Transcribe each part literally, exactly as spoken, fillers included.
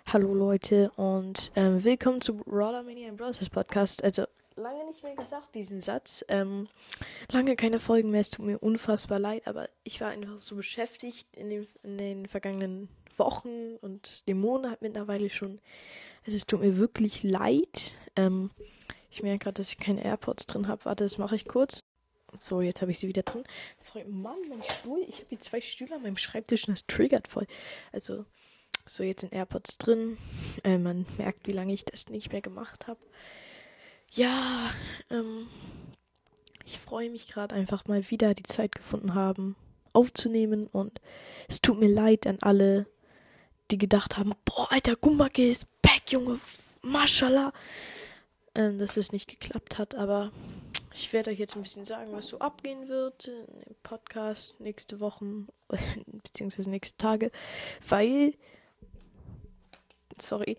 Hallo Leute und ähm, willkommen zu Brawler Mania and Browsers Podcast. Also lange nicht mehr gesagt, diesen Satz. Ähm, lange keine Folgen mehr, es tut mir unfassbar leid, aber ich war einfach so beschäftigt in den, in den vergangenen Wochen und dem Monat mittlerweile schon. Also es tut mir wirklich leid. Ähm, ich merke gerade, dass ich keine AirPods drin habe. Warte, das mache ich kurz. So, jetzt habe ich sie wieder drin. Sorry, Mann, mein Stuhl. Ich habe hier zwei Stühle an meinem Schreibtisch und das triggert voll. Also so, jetzt sind AirPods drin. Äh, man merkt, wie lange ich das nicht mehr gemacht habe. Ja, ähm, ich freue mich gerade einfach mal wieder, die Zeit gefunden haben, aufzunehmen. Und es tut mir leid an alle, die gedacht haben, boah, Alter, Gumbake ist back, Junge, Mashallah. Ähm, dass es nicht geklappt hat, aber ich werde euch jetzt ein bisschen sagen, was so abgehen wird im Podcast nächste Wochen, beziehungsweise nächste Tage, weil sorry.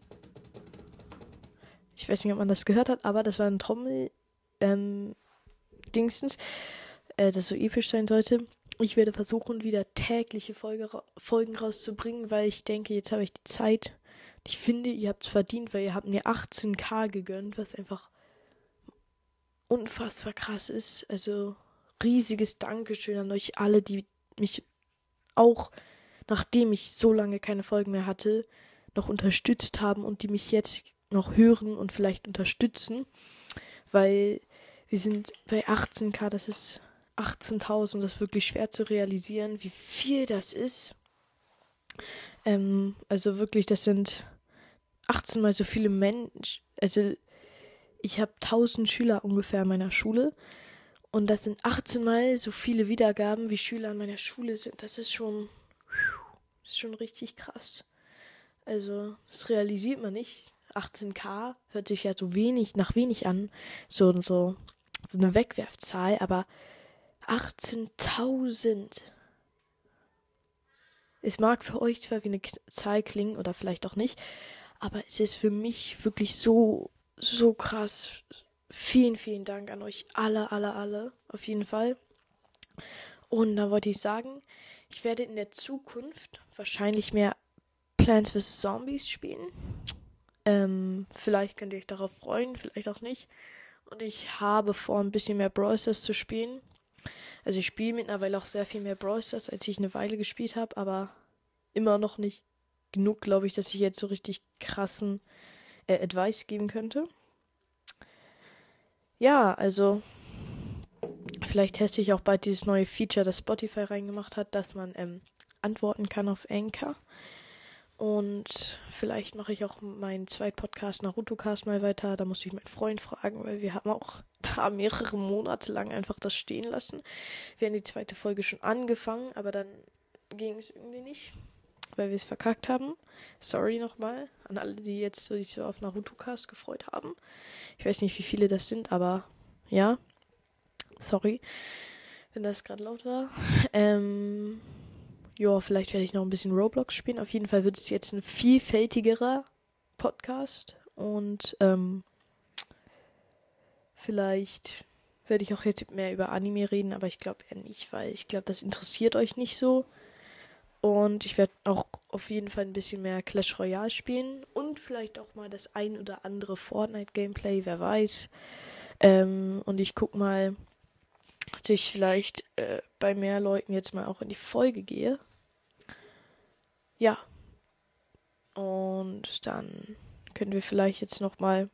Ich weiß nicht, ob man das gehört hat, aber das war ein Trommel, ähm, Dingstens, äh, das so episch sein sollte. Ich werde versuchen, wieder tägliche Folge, Folgen rauszubringen, weil ich denke, jetzt habe ich die Zeit. Ich finde, ihr habt es verdient, weil ihr habt mir achtzehn K gegönnt, was einfach unfassbar krass ist. Also riesiges Dankeschön an euch alle, die mich auch, nachdem ich so lange keine Folgen mehr hatte, noch unterstützt haben und die mich jetzt noch hören und vielleicht unterstützen, weil wir sind bei achtzehn K, das ist achtzehntausend, das ist wirklich schwer zu realisieren, wie viel das ist. Ähm, also wirklich, das sind achtzehn mal so viele Menschen, also ich habe tausend Schüler ungefähr in meiner Schule und das sind achtzehn mal so viele Wiedergaben, wie Schüler an meiner Schule sind. Das ist schon, das ist schon richtig krass. Also, das realisiert man nicht. achtzehn K hört sich ja so wenig, nach wenig an. So, so, so eine Wegwerfzahl, aber achtzehntausend. Es mag für euch zwar wie eine Zahl klingen oder vielleicht auch nicht, aber es ist für mich wirklich so, so krass. Vielen, vielen Dank an euch alle, alle, alle. Auf jeden Fall. Und da wollte ich sagen, ich werde in der Zukunft wahrscheinlich mehr Plants versus. Zombies spielen. Ähm, vielleicht könnt ihr euch darauf freuen, vielleicht auch nicht. Und ich habe vor, ein bisschen mehr Brawl Stars zu spielen. Also ich spiele mittlerweile auch sehr viel mehr Brawl Stars, als ich eine Weile gespielt habe, aber immer noch nicht genug, glaube ich, dass ich jetzt so richtig krassen äh, Advice geben könnte. Ja, also vielleicht teste ich auch bald dieses neue Feature, das Spotify reingemacht hat, dass man ähm, antworten kann auf Anchor. Und vielleicht mache ich auch meinen zweiten Podcast, Naruto-Cast, mal weiter. Da muss ich meinen Freund fragen, weil wir haben auch da mehrere Monate lang einfach das stehen lassen. Wir haben die zweite Folge schon angefangen, aber dann ging es irgendwie nicht, weil wir es verkackt haben. Sorry nochmal an alle, die jetzt so, sich so auf Naruto-Cast gefreut haben. Ich weiß nicht, wie viele das sind, aber ja, sorry, wenn das gerade laut war. Ähm... Ja, vielleicht werde ich noch ein bisschen Roblox spielen. Auf jeden Fall wird es jetzt ein vielfältigerer Podcast. Und ähm, vielleicht werde ich auch jetzt mehr über Anime reden, aber ich glaube eher nicht, weil ich glaube, das interessiert euch nicht so. Und ich werde auch auf jeden Fall ein bisschen mehr Clash Royale spielen. Und vielleicht auch mal das ein oder andere Fortnite-Gameplay, wer weiß. Ähm, und ich guck mal, dass ich vielleicht äh, bei mehr Leuten jetzt mal auch in die Folge gehe. Ja. Und dann können wir vielleicht jetzt nochmal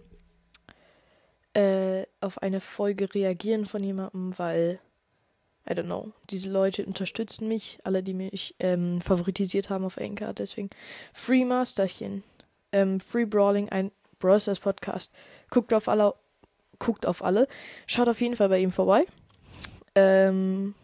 äh, auf eine Folge reagieren von jemandem, weil, I don't know, diese Leute unterstützen mich, alle, die mich ähm, favoritisiert haben auf Anchor, deswegen Free Masterchen, ähm, Free Brawling, ein Brawl Stars Podcast. Guckt auf alle, guckt auf alle, schaut auf jeden Fall bei ihm vorbei. Ähm,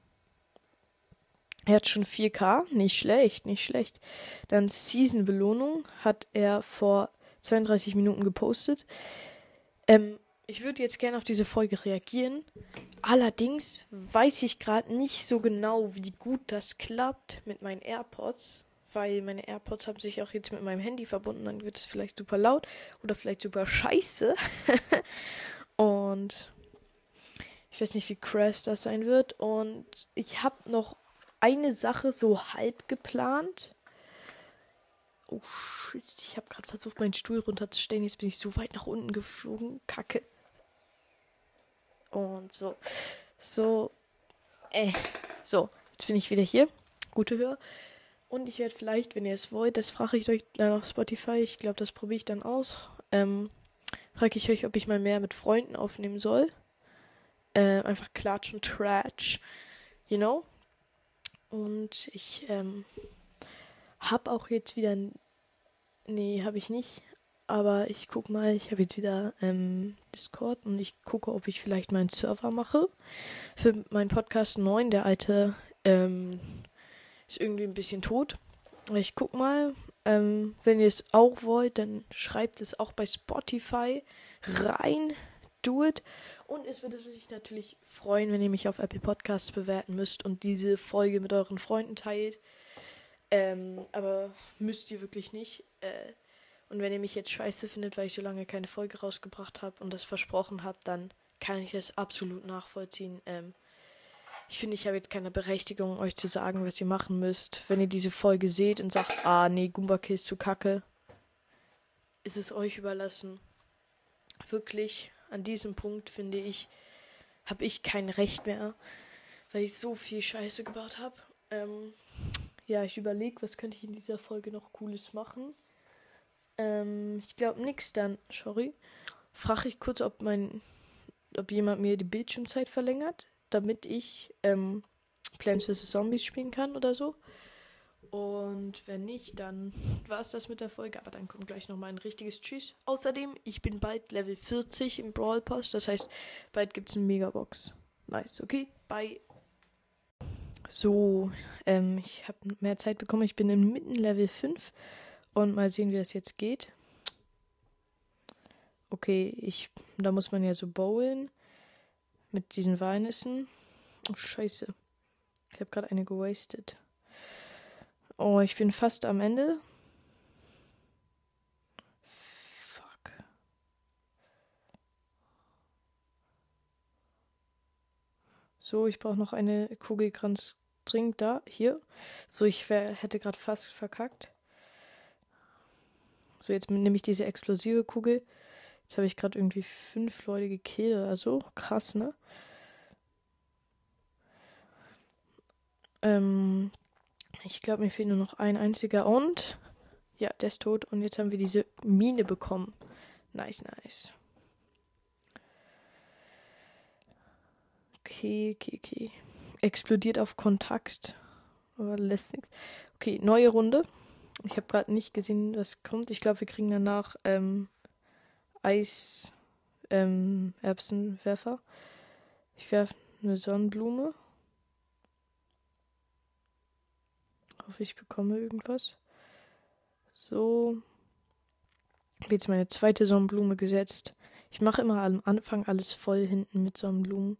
Er hat schon vier K, nicht schlecht, nicht schlecht. Dann Season-Belohnung hat er vor zweiunddreißig Minuten gepostet. Ähm, ich würde jetzt gerne auf diese Folge reagieren. Allerdings weiß ich gerade nicht so genau, wie gut das klappt mit meinen AirPods. Weil meine AirPods haben sich auch jetzt mit meinem Handy verbunden. Dann wird es vielleicht super laut oder vielleicht super scheiße. Und ich weiß nicht, wie crash das sein wird. Und ich habe noch eine Sache so halb geplant. Oh shit, ich habe gerade versucht, meinen Stuhl runterzustellen. Jetzt bin ich so weit nach unten geflogen. Kacke. Und so. So. Äh. So, jetzt bin ich wieder hier. Gute Hörer. Und ich werde vielleicht, wenn ihr es wollt, das frage ich euch dann auf Spotify. Ich glaube, das probiere ich dann aus. Ähm, frage ich euch, ob ich mal mehr mit Freunden aufnehmen soll. Äh, einfach Klatsch und Tratsch. You know? Und ich, ähm, habe auch jetzt wieder... Nee, habe ich nicht. Aber ich guck mal, ich habe jetzt wieder ähm, Discord und ich gucke, ob ich vielleicht meinen Server mache. Für meinen Podcast neun. Der alte ähm, ist irgendwie ein bisschen tot. Ich guck mal. Ähm, wenn ihr es auch wollt, dann schreibt es auch bei Spotify rein. Do it. Und es würde mich natürlich freuen, wenn ihr mich auf Apple Podcasts bewerten müsst und diese Folge mit euren Freunden teilt. Ähm, aber müsst ihr wirklich nicht. Äh, und wenn ihr mich jetzt scheiße findet, weil ich so lange keine Folge rausgebracht habe und das versprochen habe, dann kann ich das absolut nachvollziehen. Ähm, ich finde, ich habe jetzt keine Berechtigung, euch zu sagen, was ihr machen müsst. Wenn ihr diese Folge seht und sagt, ah nee, Gumbake ist zu kacke, ist es euch überlassen. Wirklich, an diesem Punkt, finde ich, habe ich kein Recht mehr, weil ich so viel Scheiße gebaut habe. Ähm, Ja, ich überlege, was könnte ich in dieser Folge noch Cooles machen. Ähm, ich glaube nichts dann, sorry. Frage ich kurz, ob mein, ob jemand mir die Bildschirmzeit verlängert, damit ich ähm, Plants versus. Zombies spielen kann oder so. Und wenn nicht, dann war es das mit der Folge. Aber dann kommt gleich nochmal ein richtiges Tschüss. Außerdem, ich bin bald Level vierzig im Brawl Pass. Das heißt, bald gibt es eine Megabox. Nice, okay, bye. So, ähm, ich habe mehr Zeit bekommen. Ich bin im mitten Level fünf. Und mal sehen, wie das jetzt geht. Okay, ich, da muss man ja so bowlen. Mit diesen Walnüssen. Oh, scheiße. Ich habe gerade eine gewastet. Oh, ich bin fast am Ende. Fuck. So, ich brauche noch eine Kugel ganz dringend da. Hier. So, ich wär, hätte gerade fast verkackt. So, jetzt nehme ich diese explosive Kugel. Jetzt habe ich gerade irgendwie fünf Leute gekillt oder so. Krass, ne? Ähm, ich glaube, mir fehlt nur noch ein einziger und... Ja, der ist tot. Und jetzt haben wir diese Mine bekommen. Nice, nice. Okay, okay, okay. Explodiert auf Kontakt. Aber lässt nichts. Okay, neue Runde. Ich habe gerade nicht gesehen, was kommt. Ich glaube, wir kriegen danach ähm, Eis, ähm, Erbsenwerfer. Ich werfe eine Sonnenblume. Hoffe, ich bekomme irgendwas. So. Ich habe jetzt meine zweite Sonnenblume gesetzt. Ich mache immer am Anfang alles voll hinten mit Sonnenblumen.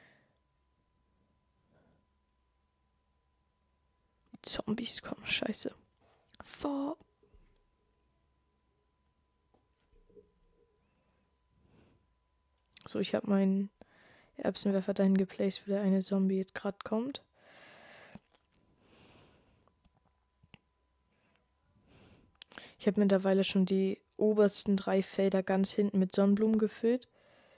Die Zombies kommen, scheiße. Vor. So, ich habe meinen Erbsenwerfer dahin geplaced, wo der eine Zombie jetzt gerade kommt. Ich habe mittlerweile schon die obersten drei Felder ganz hinten mit Sonnenblumen gefüllt.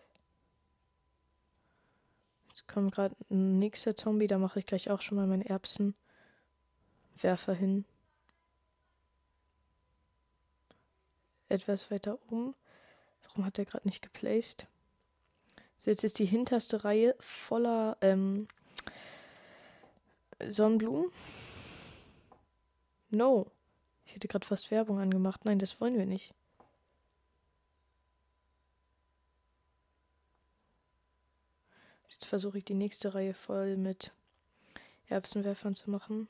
Jetzt kommt gerade ein nächster Zombie, da mache ich gleich auch schon mal meinen Erbsenwerfer hin. Etwas weiter oben. Warum hat der gerade nicht geplaced? So, jetzt ist die hinterste Reihe voller ähm, Sonnenblumen. No. Ich hätte gerade fast Werbung angemacht. Nein, das wollen wir nicht. Jetzt versuche ich die nächste Reihe voll mit Erbsenwerfern zu machen.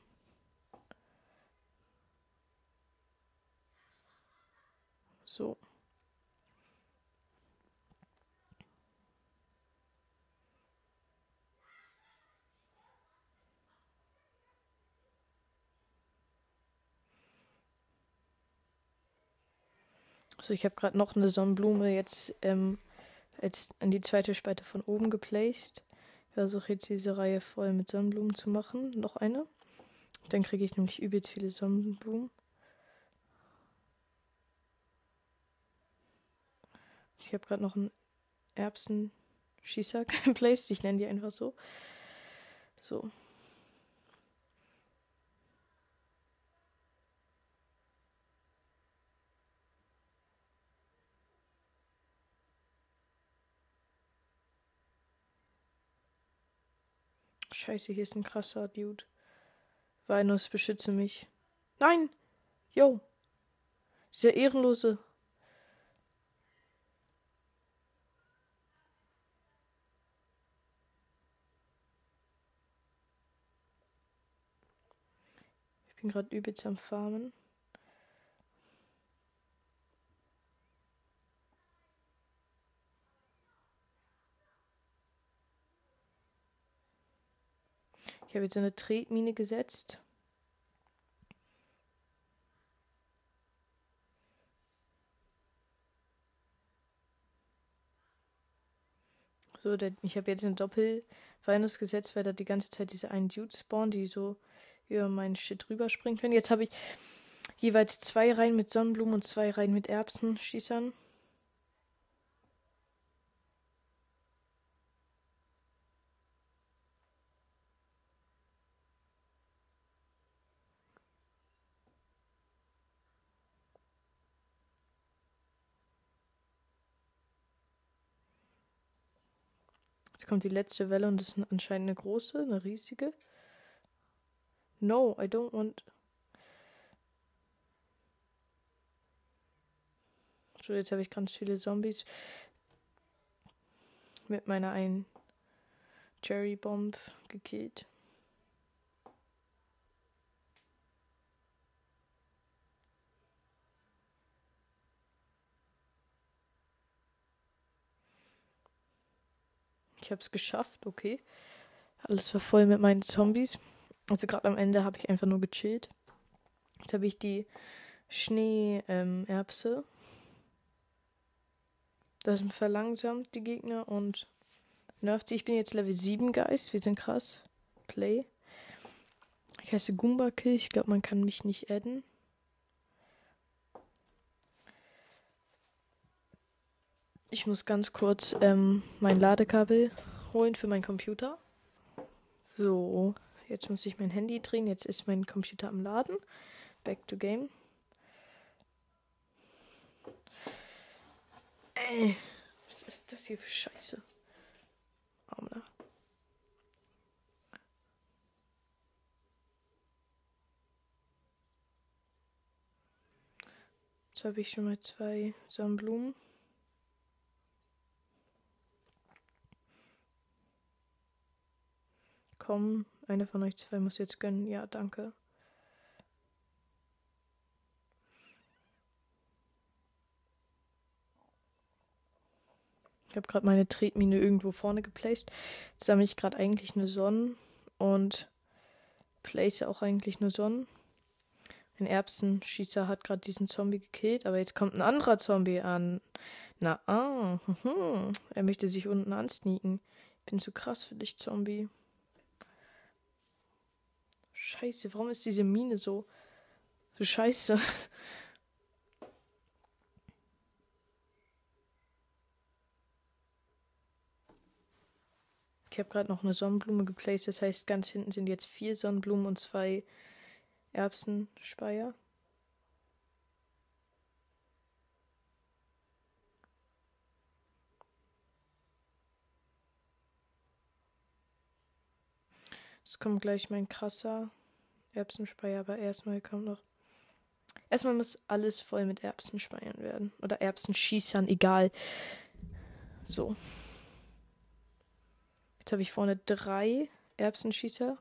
So. So, ich habe gerade noch eine Sonnenblume jetzt ähm, als in die zweite Spalte von oben geplaced. Ich versuche jetzt diese Reihe voll mit Sonnenblumen zu machen. Noch eine. Dann kriege ich nämlich übelst viele Sonnenblumen. Ich habe gerade noch einen Erbsenschießer geplaced. Ich nenne die einfach so. So. Scheiße, hier ist ein krasser Dude. Venus, beschütze mich. Nein! Yo! Dieser ehrenlose. Ich bin gerade übelst am Farmen. Ich habe jetzt so eine Tretmine gesetzt. So, der, ich habe jetzt eine Doppel-Venus gesetzt, weil da die ganze Zeit diese einen Dudes spawnen, die so über meinen Shit rüberspringen können. Jetzt habe ich jeweils zwei Reihen mit Sonnenblumen und zwei Reihen mit Erbsenschießern. Jetzt kommt die letzte Welle und das ist anscheinend eine große, eine riesige. No, I don't want... So, jetzt habe ich ganz viele Zombies mit meiner einen Cherry Bomb gekillt. Ich habe es geschafft, okay. Alles war voll mit meinen Zombies. Also gerade am Ende habe ich einfach nur gechillt. Jetzt habe ich die Schnee-Erbse. Ähm, das verlangsamt die Gegner und nervt sie. Ich bin jetzt Level sieben Geist. Wir sind krass. Play. Ich heiße Goomba Kill. Ich glaube, man kann mich nicht adden. Ich muss ganz kurz ähm, mein Ladekabel holen für meinen Computer. So, jetzt muss ich mein Handy drehen. Jetzt ist mein Computer am Laden. Back to game. Ey, was ist das hier für Scheiße? Armler. Jetzt habe ich schon mal zwei Sonnenblumen. Komm, einer von euch zwei muss jetzt gönnen. Ja, danke. Ich habe gerade meine Tretmine irgendwo vorne geplaced. Jetzt sammle ich gerade eigentlich nur Sonnen und place auch eigentlich nur Sonnen. Ein Erbsenschießer hat gerade diesen Zombie gekillt, aber jetzt kommt ein anderer Zombie an. Na, ah, hm, er möchte sich unten ansneaken. Ich bin zu krass für dich, Zombie. Scheiße, warum ist diese Mine so, so scheiße? Ich habe gerade noch eine Sonnenblume geplaced, das heißt, ganz hinten sind jetzt vier Sonnenblumen und zwei Erbsenspeier. Es kommt gleich mein krasser Erbsenspeier, aber erstmal kommt noch... Erstmal muss alles voll mit Erbsenspeiern werden. Oder Erbsenschießern, egal. So. Jetzt habe ich vorne drei Erbsenschießer.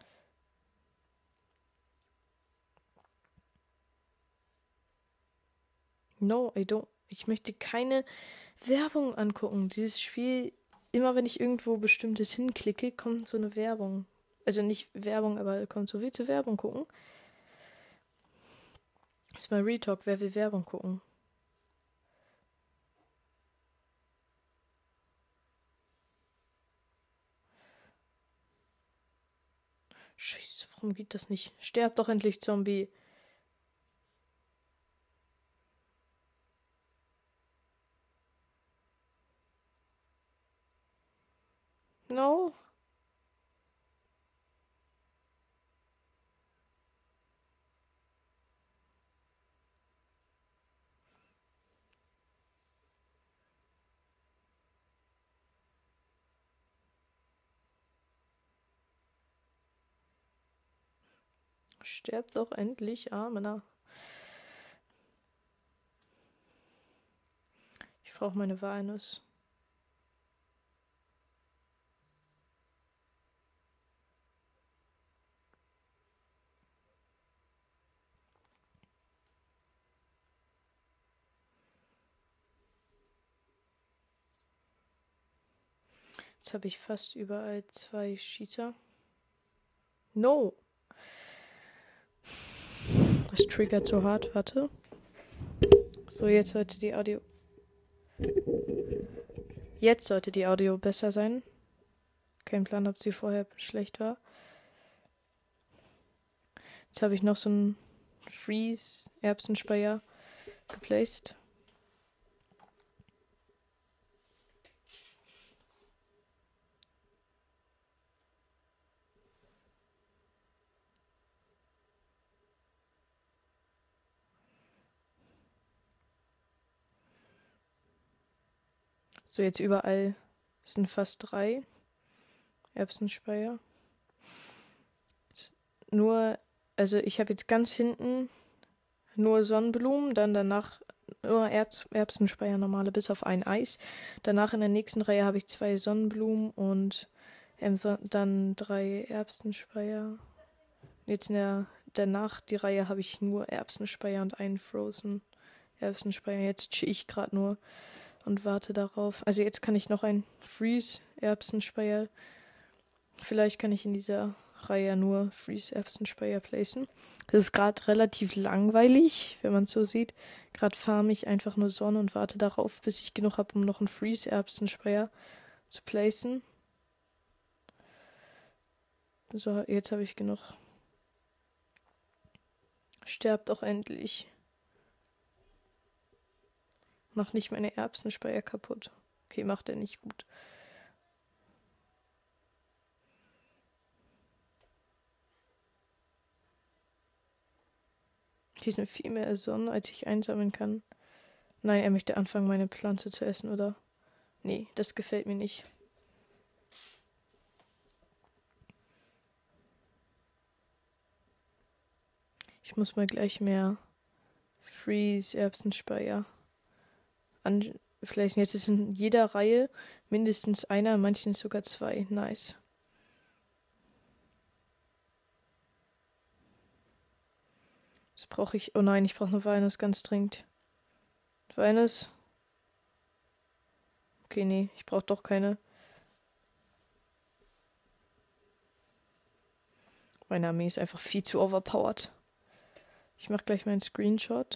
No, I don't. Ich möchte keine Werbung angucken. Dieses Spiel, immer wenn ich irgendwo Bestimmtes hinklicke, kommt so eine Werbung. Also nicht Werbung, aber kommt so viel zu Werbung gucken. Das ist mal Retalk, wer will Werbung gucken? Scheiße, warum geht das nicht? Sterb doch endlich, Zombie. No. Sterbt doch endlich, Armener. Ich brauche meine Walnuss. Jetzt habe ich fast überall zwei Schießer. No! Das triggert so hart, warte. So, jetzt sollte die Audio... Jetzt sollte die Audio besser sein. Kein Plan, ob sie vorher schlecht war. Jetzt habe ich noch so einen Freeze-Erbsenspeier geplaced. So, jetzt überall sind fast drei Erbsenspeier. Nur, also ich habe jetzt ganz hinten nur Sonnenblumen, dann danach nur Erz, Erbsenspeier normale, bis auf ein Eis. Danach in der nächsten Reihe habe ich zwei Sonnenblumen und ähm, so, dann drei Erbsenspeier. Jetzt in der danach die Reihe habe ich nur Erbsenspeier und einen Frozen Erbsenspeier. Jetzt chill ich gerade nur und warte darauf. Also jetzt kann ich noch einen Freeze-Erbsenspeier. Vielleicht kann ich in dieser Reihe nur Freeze-Erbsenspeier placen. Das ist gerade relativ langweilig, wenn man es so sieht. Gerade farme ich einfach nur Sonne und warte darauf, bis ich genug habe, um noch einen Freeze-Erbsenspeier zu placen. So, jetzt habe ich genug. Sterbt doch endlich. Mach nicht meine Erbsenspeier kaputt. Okay, macht er nicht gut. Hier ist mir viel mehr Sonne, als ich einsammeln kann. Nein, er möchte anfangen, meine Pflanze zu essen, oder? Nee, das gefällt mir nicht. Ich muss mal gleich mehr Freeze-Erbsenspeier anflächen. Jetzt ist in jeder Reihe mindestens einer, in manchen sogar zwei. Nice. Das brauche ich. Oh nein, ich brauche eine Walnuss ganz dringend. Walnuss. Okay, nee, ich brauche doch keine. Meine Armee ist einfach viel zu overpowered. Ich mache gleich meinen Screenshot.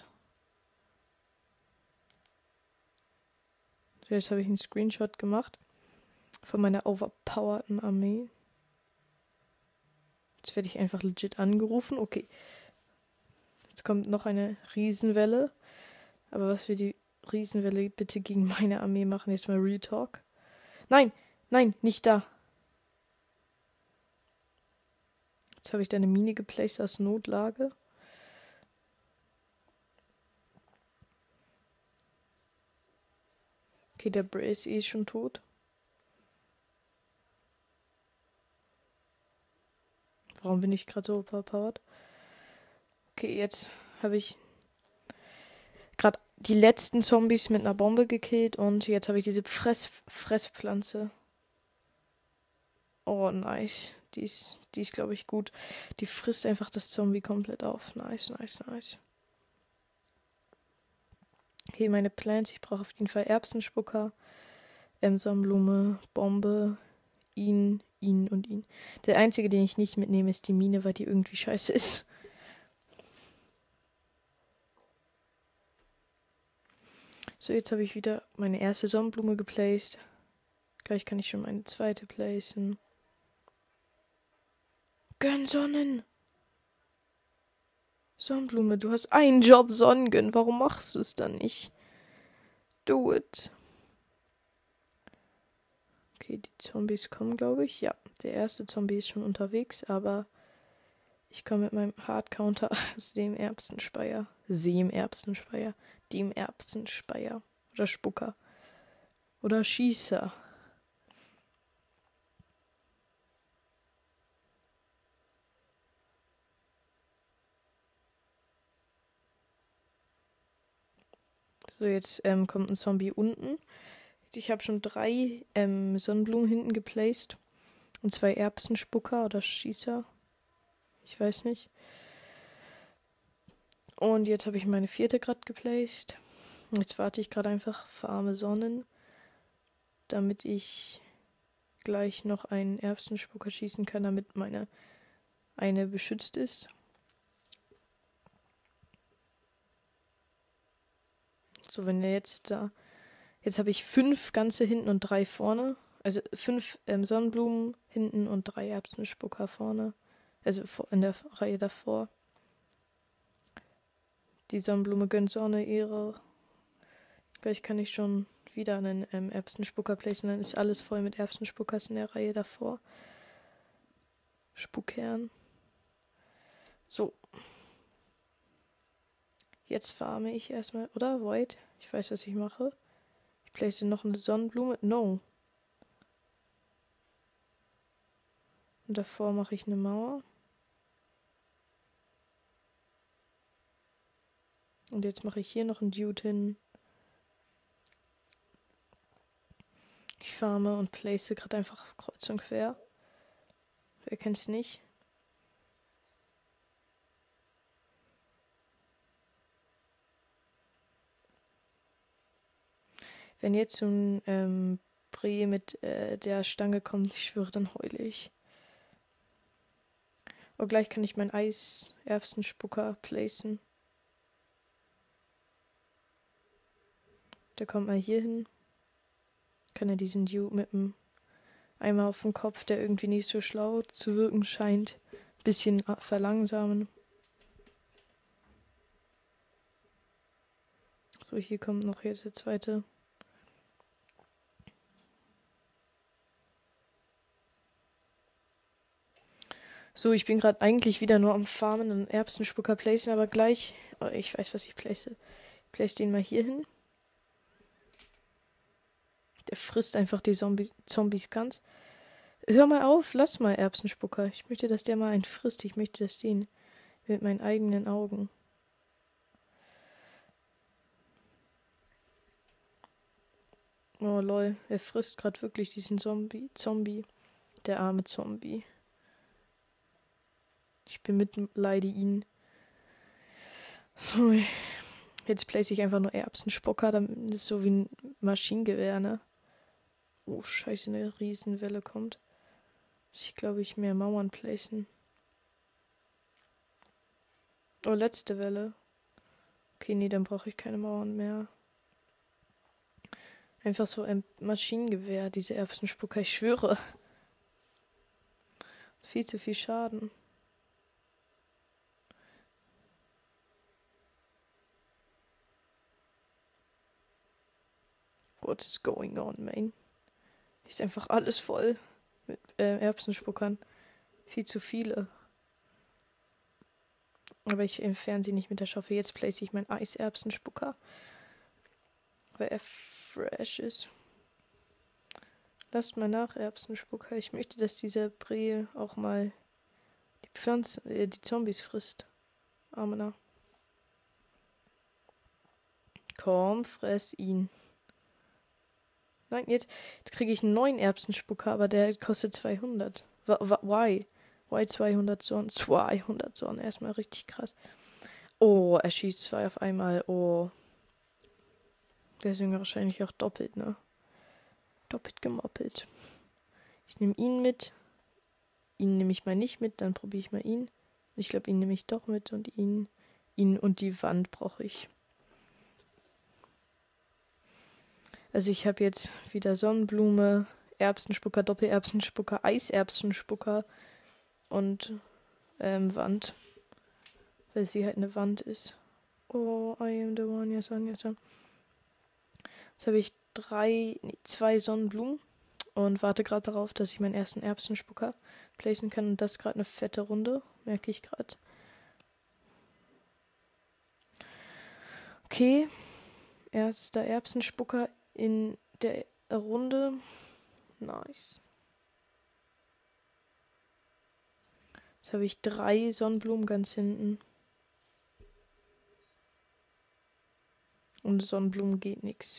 So, jetzt habe ich einen Screenshot gemacht von meiner overpowerten Armee. Jetzt werde ich einfach legit angerufen. Okay. Jetzt kommt noch eine Riesenwelle. Aber was wir die Riesenwelle bitte gegen meine Armee machen, jetzt mal Real Talk. Nein, nein, nicht da. Jetzt habe ich da eine Mine geplaced aus Notlage. Okay, der Bray ist eh schon tot. Warum bin ich gerade so overpowered? Okay, jetzt habe ich gerade die letzten Zombies mit einer Bombe gekillt und jetzt habe ich diese Fress Fresspflanze. Oh, nice. Die ist, die ist glaube ich, gut. Die frisst einfach das Zombie komplett auf. Nice, nice, nice. Hier meine Plants. Ich brauche auf jeden Fall Erbsenspucker, Emsamblume, Bombe, ihn, ihn und ihn. Der einzige, den ich nicht mitnehme, ist die Mine, weil die irgendwie scheiße ist. So, jetzt habe ich wieder meine erste Sonnenblume geplaced. Gleich kann ich schon meine zweite placen. Gönn Sonnen! Sonnenblume, du hast einen Job, Sonnengönn. Warum machst du es dann nicht? Do it. Okay, die Zombies kommen, glaube ich. Ja, der erste Zombie ist schon unterwegs, aber ich komme mit meinem Hardcounter aus dem Erbsenspeier. Dem Erbsenspeier. Dem Erbsenspeier. Oder Spucker. Oder Schießer. So, jetzt ähm, kommt ein Zombie unten. Ich habe schon drei ähm, Sonnenblumen hinten geplaced. Und zwei Erbsenspucker oder Schießer. Ich weiß nicht. Und jetzt habe ich meine vierte gerade geplaced. Jetzt warte ich gerade einfach farme Sonnen, damit ich gleich noch einen Erbsenspucker schießen kann, damit meine eine beschützt ist. So, wenn er jetzt da... Jetzt habe ich fünf ganze hinten und drei vorne. Also fünf ähm, Sonnenblumen hinten und drei Erbsenspucker vorne. Also in der Reihe davor. Die Sonnenblume gönnt Sonne, Ehre. Gleich kann ich schon wieder einen ähm, Erbsenspucker placen. Dann ist alles voll mit Erbsenspuckers in der Reihe davor. Spuckern. So. Jetzt farme ich erstmal. Oder? Wait. Ich weiß, was ich mache. Ich place noch eine Sonnenblume. No. Und davor mache ich eine Mauer. Und jetzt mache ich hier noch einen Dude hin. Ich farme und place gerade einfach kreuz und quer. Wer kennt's nicht? Wenn jetzt so ein ähm, Bree mit äh, der Stange kommt, ich schwöre, dann heule ich. Und gleich kann ich meinen Eiserbsenspucker placen. Der kommt mal hier hin. Kann er diesen Dude mit dem Eimer auf dem Kopf, der irgendwie nicht so schlau zu wirken scheint, ein bisschen verlangsamen. So, hier kommt noch jetzt der zweite. So, ich bin gerade eigentlich wieder nur am Farmen und Erbsenspucker placen, aber gleich... Oh, ich weiß, was ich place. Ich place den mal hier hin. Der frisst einfach die Zombie Zombies ganz. Hör mal auf, lass mal Erbsenspucker. Ich möchte, dass der mal einen frisst. Ich möchte das sehen. Mit meinen eigenen Augen. Oh lol, er frisst gerade wirklich diesen Zombie. Zombie. Der arme Zombie. Ich bemitleide ihn. So, jetzt place ich einfach nur Erbsenspucker. Das ist so wie ein Maschinengewehr, ne? Oh, scheiße, eine Riesenwelle kommt. Ich glaube, ich mehr Mauern placen. Oh, letzte Welle. Okay, nee, dann brauche ich keine Mauern mehr. Einfach so ein Maschinengewehr, diese Erbsenspucker, ich schwöre. Viel zu viel Schaden. What is going on, man? Ist einfach alles voll mit äh, Erbsenspuckern. Viel zu viele. Aber ich entferne sie nicht mit der Schaufel. Jetzt place ich meinen Eiserbsenspucker. Weil er fresh ist. Lasst mal nach, Erbsenspucker. Ich möchte, dass dieser Bree auch mal die Pflanzen, äh, die Zombies frisst. Armener. Komm, fress ihn. Nein, jetzt, jetzt kriege ich einen neuen Erbsenspucker, aber der kostet zweihundert. Why? Why zweihundert Sonnen? zweihundert Sonnen, erstmal richtig krass. Oh, er schießt zwei auf einmal. Oh. Deswegen wahrscheinlich auch doppelt, ne? Doppelt gemoppelt. Ich nehme ihn mit. Ihn nehme ich mal nicht mit, dann probiere ich mal ihn. Ich glaube, ihn nehme ich doch mit und ihn. Ihn und die Wand brauche ich. Also ich habe jetzt wieder Sonnenblume, Erbsenspucker, Doppelerbsenspucker, Eiserbsenspucker und ähm, Wand. Weil sie halt eine Wand ist. Oh, I am the one, yes, one, yes, one. Jetzt habe ich drei, nee, zwei Sonnenblumen und warte gerade darauf, dass ich meinen ersten Erbsenspucker placen kann. Und das ist gerade eine fette Runde, merke ich gerade. Okay, erster Erbsenspucker in der Runde. Nice. Jetzt habe ich drei Sonnenblumen ganz hinten. Und Sonnenblumen geht nichts.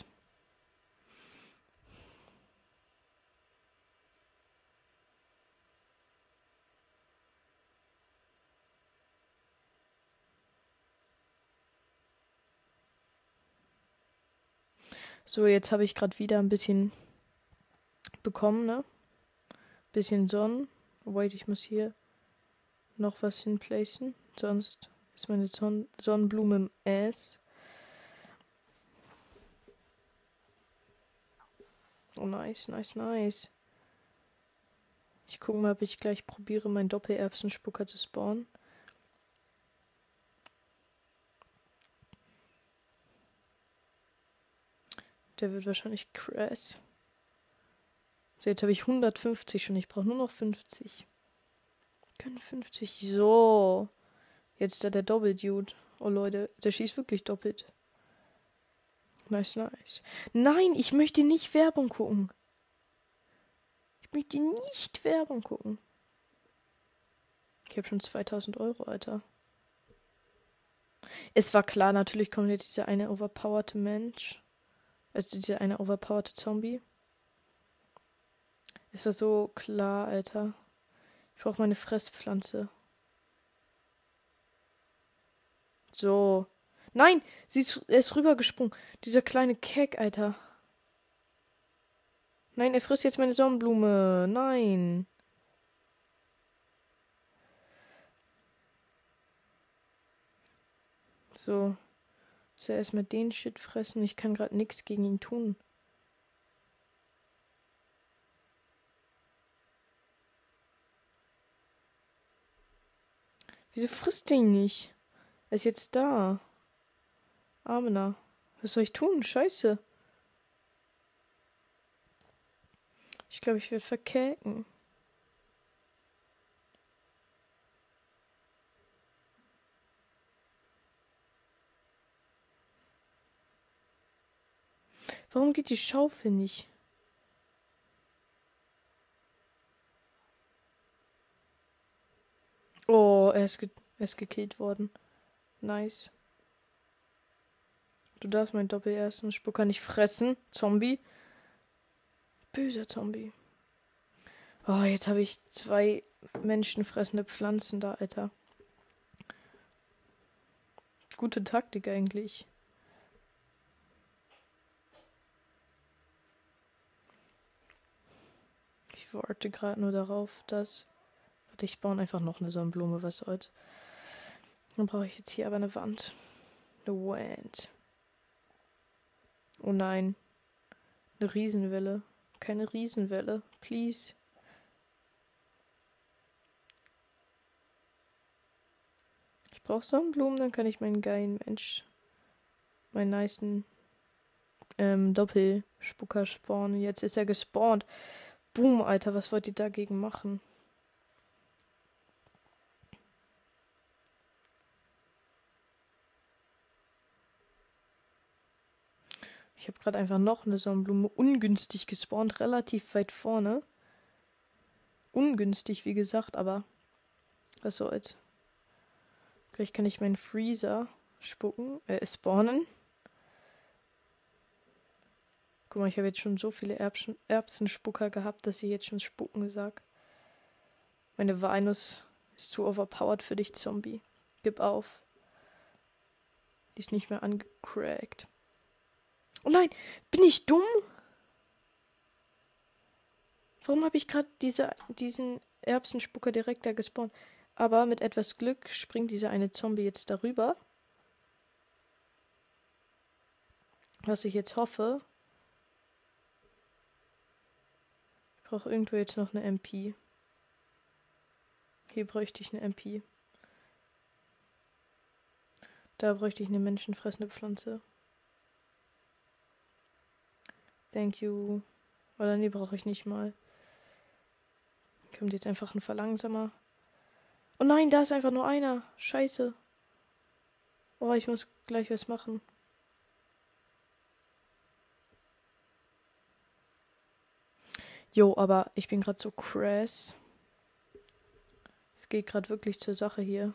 So, jetzt habe ich gerade wieder ein bisschen bekommen, ne? Bisschen Sonnen. Wait, ich muss hier noch was hinplacen. Sonst ist meine Son Sonnenblume im Ass. Oh, nice, nice, nice. Ich gucke mal, ob ich gleich probiere, meinen Doppelerbsenspucker zu spawnen. Der wird wahrscheinlich crash. So, jetzt habe ich hundertfünfzig schon. Ich brauche nur noch fünfzig. Können fünfzig. So. Jetzt da der Doppeldude. Oh Leute, der schießt wirklich doppelt. Nice, nice. Nein, ich möchte nicht Werbung gucken. Ich möchte nicht Werbung gucken. Ich habe schon zweitausend Euro, Alter. Es war klar, natürlich kommt jetzt dieser eine overpowered Mensch. Also dieser eine overpowered Zombie. Es war so klar, Alter. Ich brauche meine Fresspflanze. So. Nein! Sie ist, er ist rübergesprungen. Dieser kleine Keck, Alter. Nein, er frisst jetzt meine Sonnenblume. Nein. So. Muss er erstmal den Shit fressen. Ich kann gerade nichts gegen ihn tun. Wieso frisst er ihn nicht? Er ist jetzt da. Armener. Was soll ich tun? Scheiße. Ich glaube, ich werde verkäken. Warum geht die Schaufel nicht? Oh, er ist, ge er ist gekillt worden. Nice. Du darfst meinen Doppel-ersten Spucker nicht fressen. Zombie. Böser Zombie. Oh, jetzt habe ich zwei menschenfressende Pflanzen da, Alter. Gute Taktik eigentlich. Ich warte gerade nur darauf, dass... Warte, ich baue einfach noch eine Sonnenblume, was soll's. Dann brauche ich jetzt hier aber eine Wand. Eine Wand. Oh nein. Eine Riesenwelle. Keine Riesenwelle. Please. Ich brauche Sonnenblumen, dann kann ich meinen geilen Mensch, meinen nicen ähm, Doppelspucker spawnen. Jetzt ist er gespawnt. Boom, Alter, was wollt ihr dagegen machen? Ich habe gerade einfach noch eine Sonnenblume ungünstig gespawnt, relativ weit vorne. Ungünstig, wie gesagt, aber was soll's. Vielleicht kann ich meinen Freezer spucken, äh, spawnen. Guck mal, ich habe jetzt schon so viele Erbsen, Erbsenspucker gehabt, dass ich jetzt schon spucken sag. Meine Venus ist zu overpowered für dich, Zombie. Gib auf. Die ist nicht mehr angecrackt. Oh nein, bin ich dumm? Warum habe ich gerade diese, diesen Erbsenspucker direkt da gespawnt? Aber mit etwas Glück springt dieser eine Zombie jetzt darüber. Was ich jetzt hoffe. Ich brauche irgendwo jetzt noch eine M P. Hier bräuchte ich eine M P. Da bräuchte ich eine menschenfressende Pflanze. Thank you. Oder nee, brauche ich nicht mal. Kommt jetzt einfach ein Verlangsamer. Oh nein, da ist einfach nur einer. Scheiße. Oh, ich muss gleich was machen. Jo, aber ich bin gerade so crass. Es geht gerade wirklich zur Sache hier.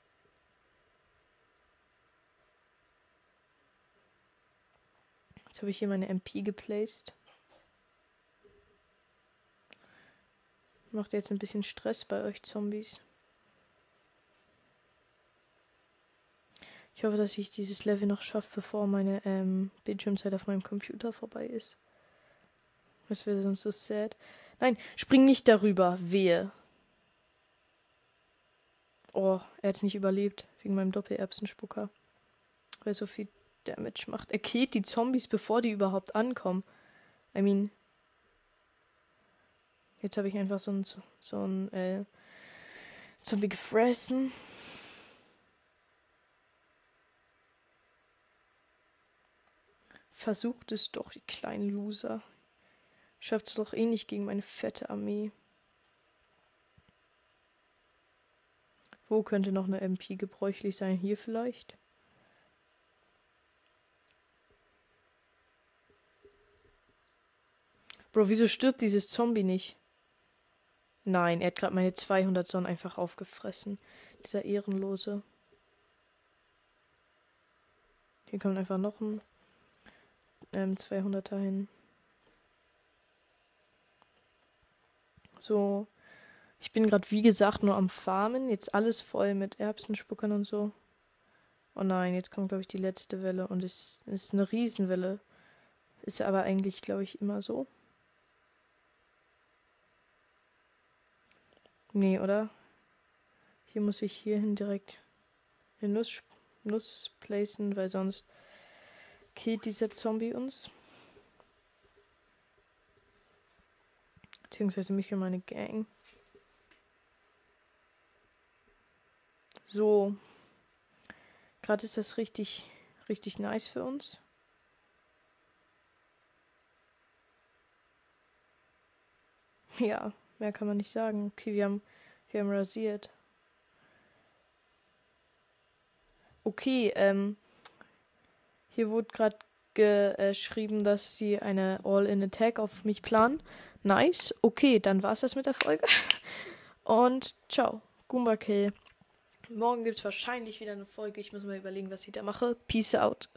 Jetzt habe ich hier meine M P geplaced. Macht jetzt ein bisschen Stress bei euch Zombies. Ich hoffe, dass ich dieses Level noch schaffe, bevor meine ähm, Bildschirmzeit auf meinem Computer vorbei ist. Das wäre sonst so sad. Nein, spring nicht darüber. Wehe. Oh, er hat nicht überlebt. Wegen meinem Doppelerbsenspucker. Weil er so viel Damage macht. Er killt die Zombies, bevor die überhaupt ankommen. I mean. Jetzt habe ich einfach so ein, so ein äh, Zombie gefressen. Versucht es doch, die kleinen Loser. Schafft es doch eh nicht gegen meine fette Armee. Wo könnte noch eine M P gebräuchlich sein? Hier vielleicht? Bro, wieso stirbt dieses Zombie nicht? Nein, er hat gerade meine zweihundert Sonnen einfach aufgefressen. Dieser Ehrenlose. Hier kommt einfach noch ein ähm, zweihunderter hin. So. Ich bin gerade, wie gesagt, nur am Farmen. Jetzt alles voll mit Erbsenspuckern und so. Oh nein, jetzt kommt, glaube ich, die letzte Welle. Und es ist eine Riesenwelle. Ist aber eigentlich, glaube ich, immer so. Nee, oder? Hier muss ich hierhin direkt eine Nuss, Nuss placen, weil sonst killt dieser Zombie uns. Beziehungsweise mich und meine Gang. So. Gerade ist das richtig, richtig nice für uns. Ja, mehr kann man nicht sagen. Okay, wir haben, wir haben rasiert. Okay, ähm, hier wurde gerade geschrieben, dass sie eine All-in-Attack auf mich planen. Nice. Okay, dann war's das mit der Folge. Und ciao. Goomba Kill. Morgen gibt's wahrscheinlich wieder eine Folge. Ich muss mal überlegen, was ich da mache. Peace out.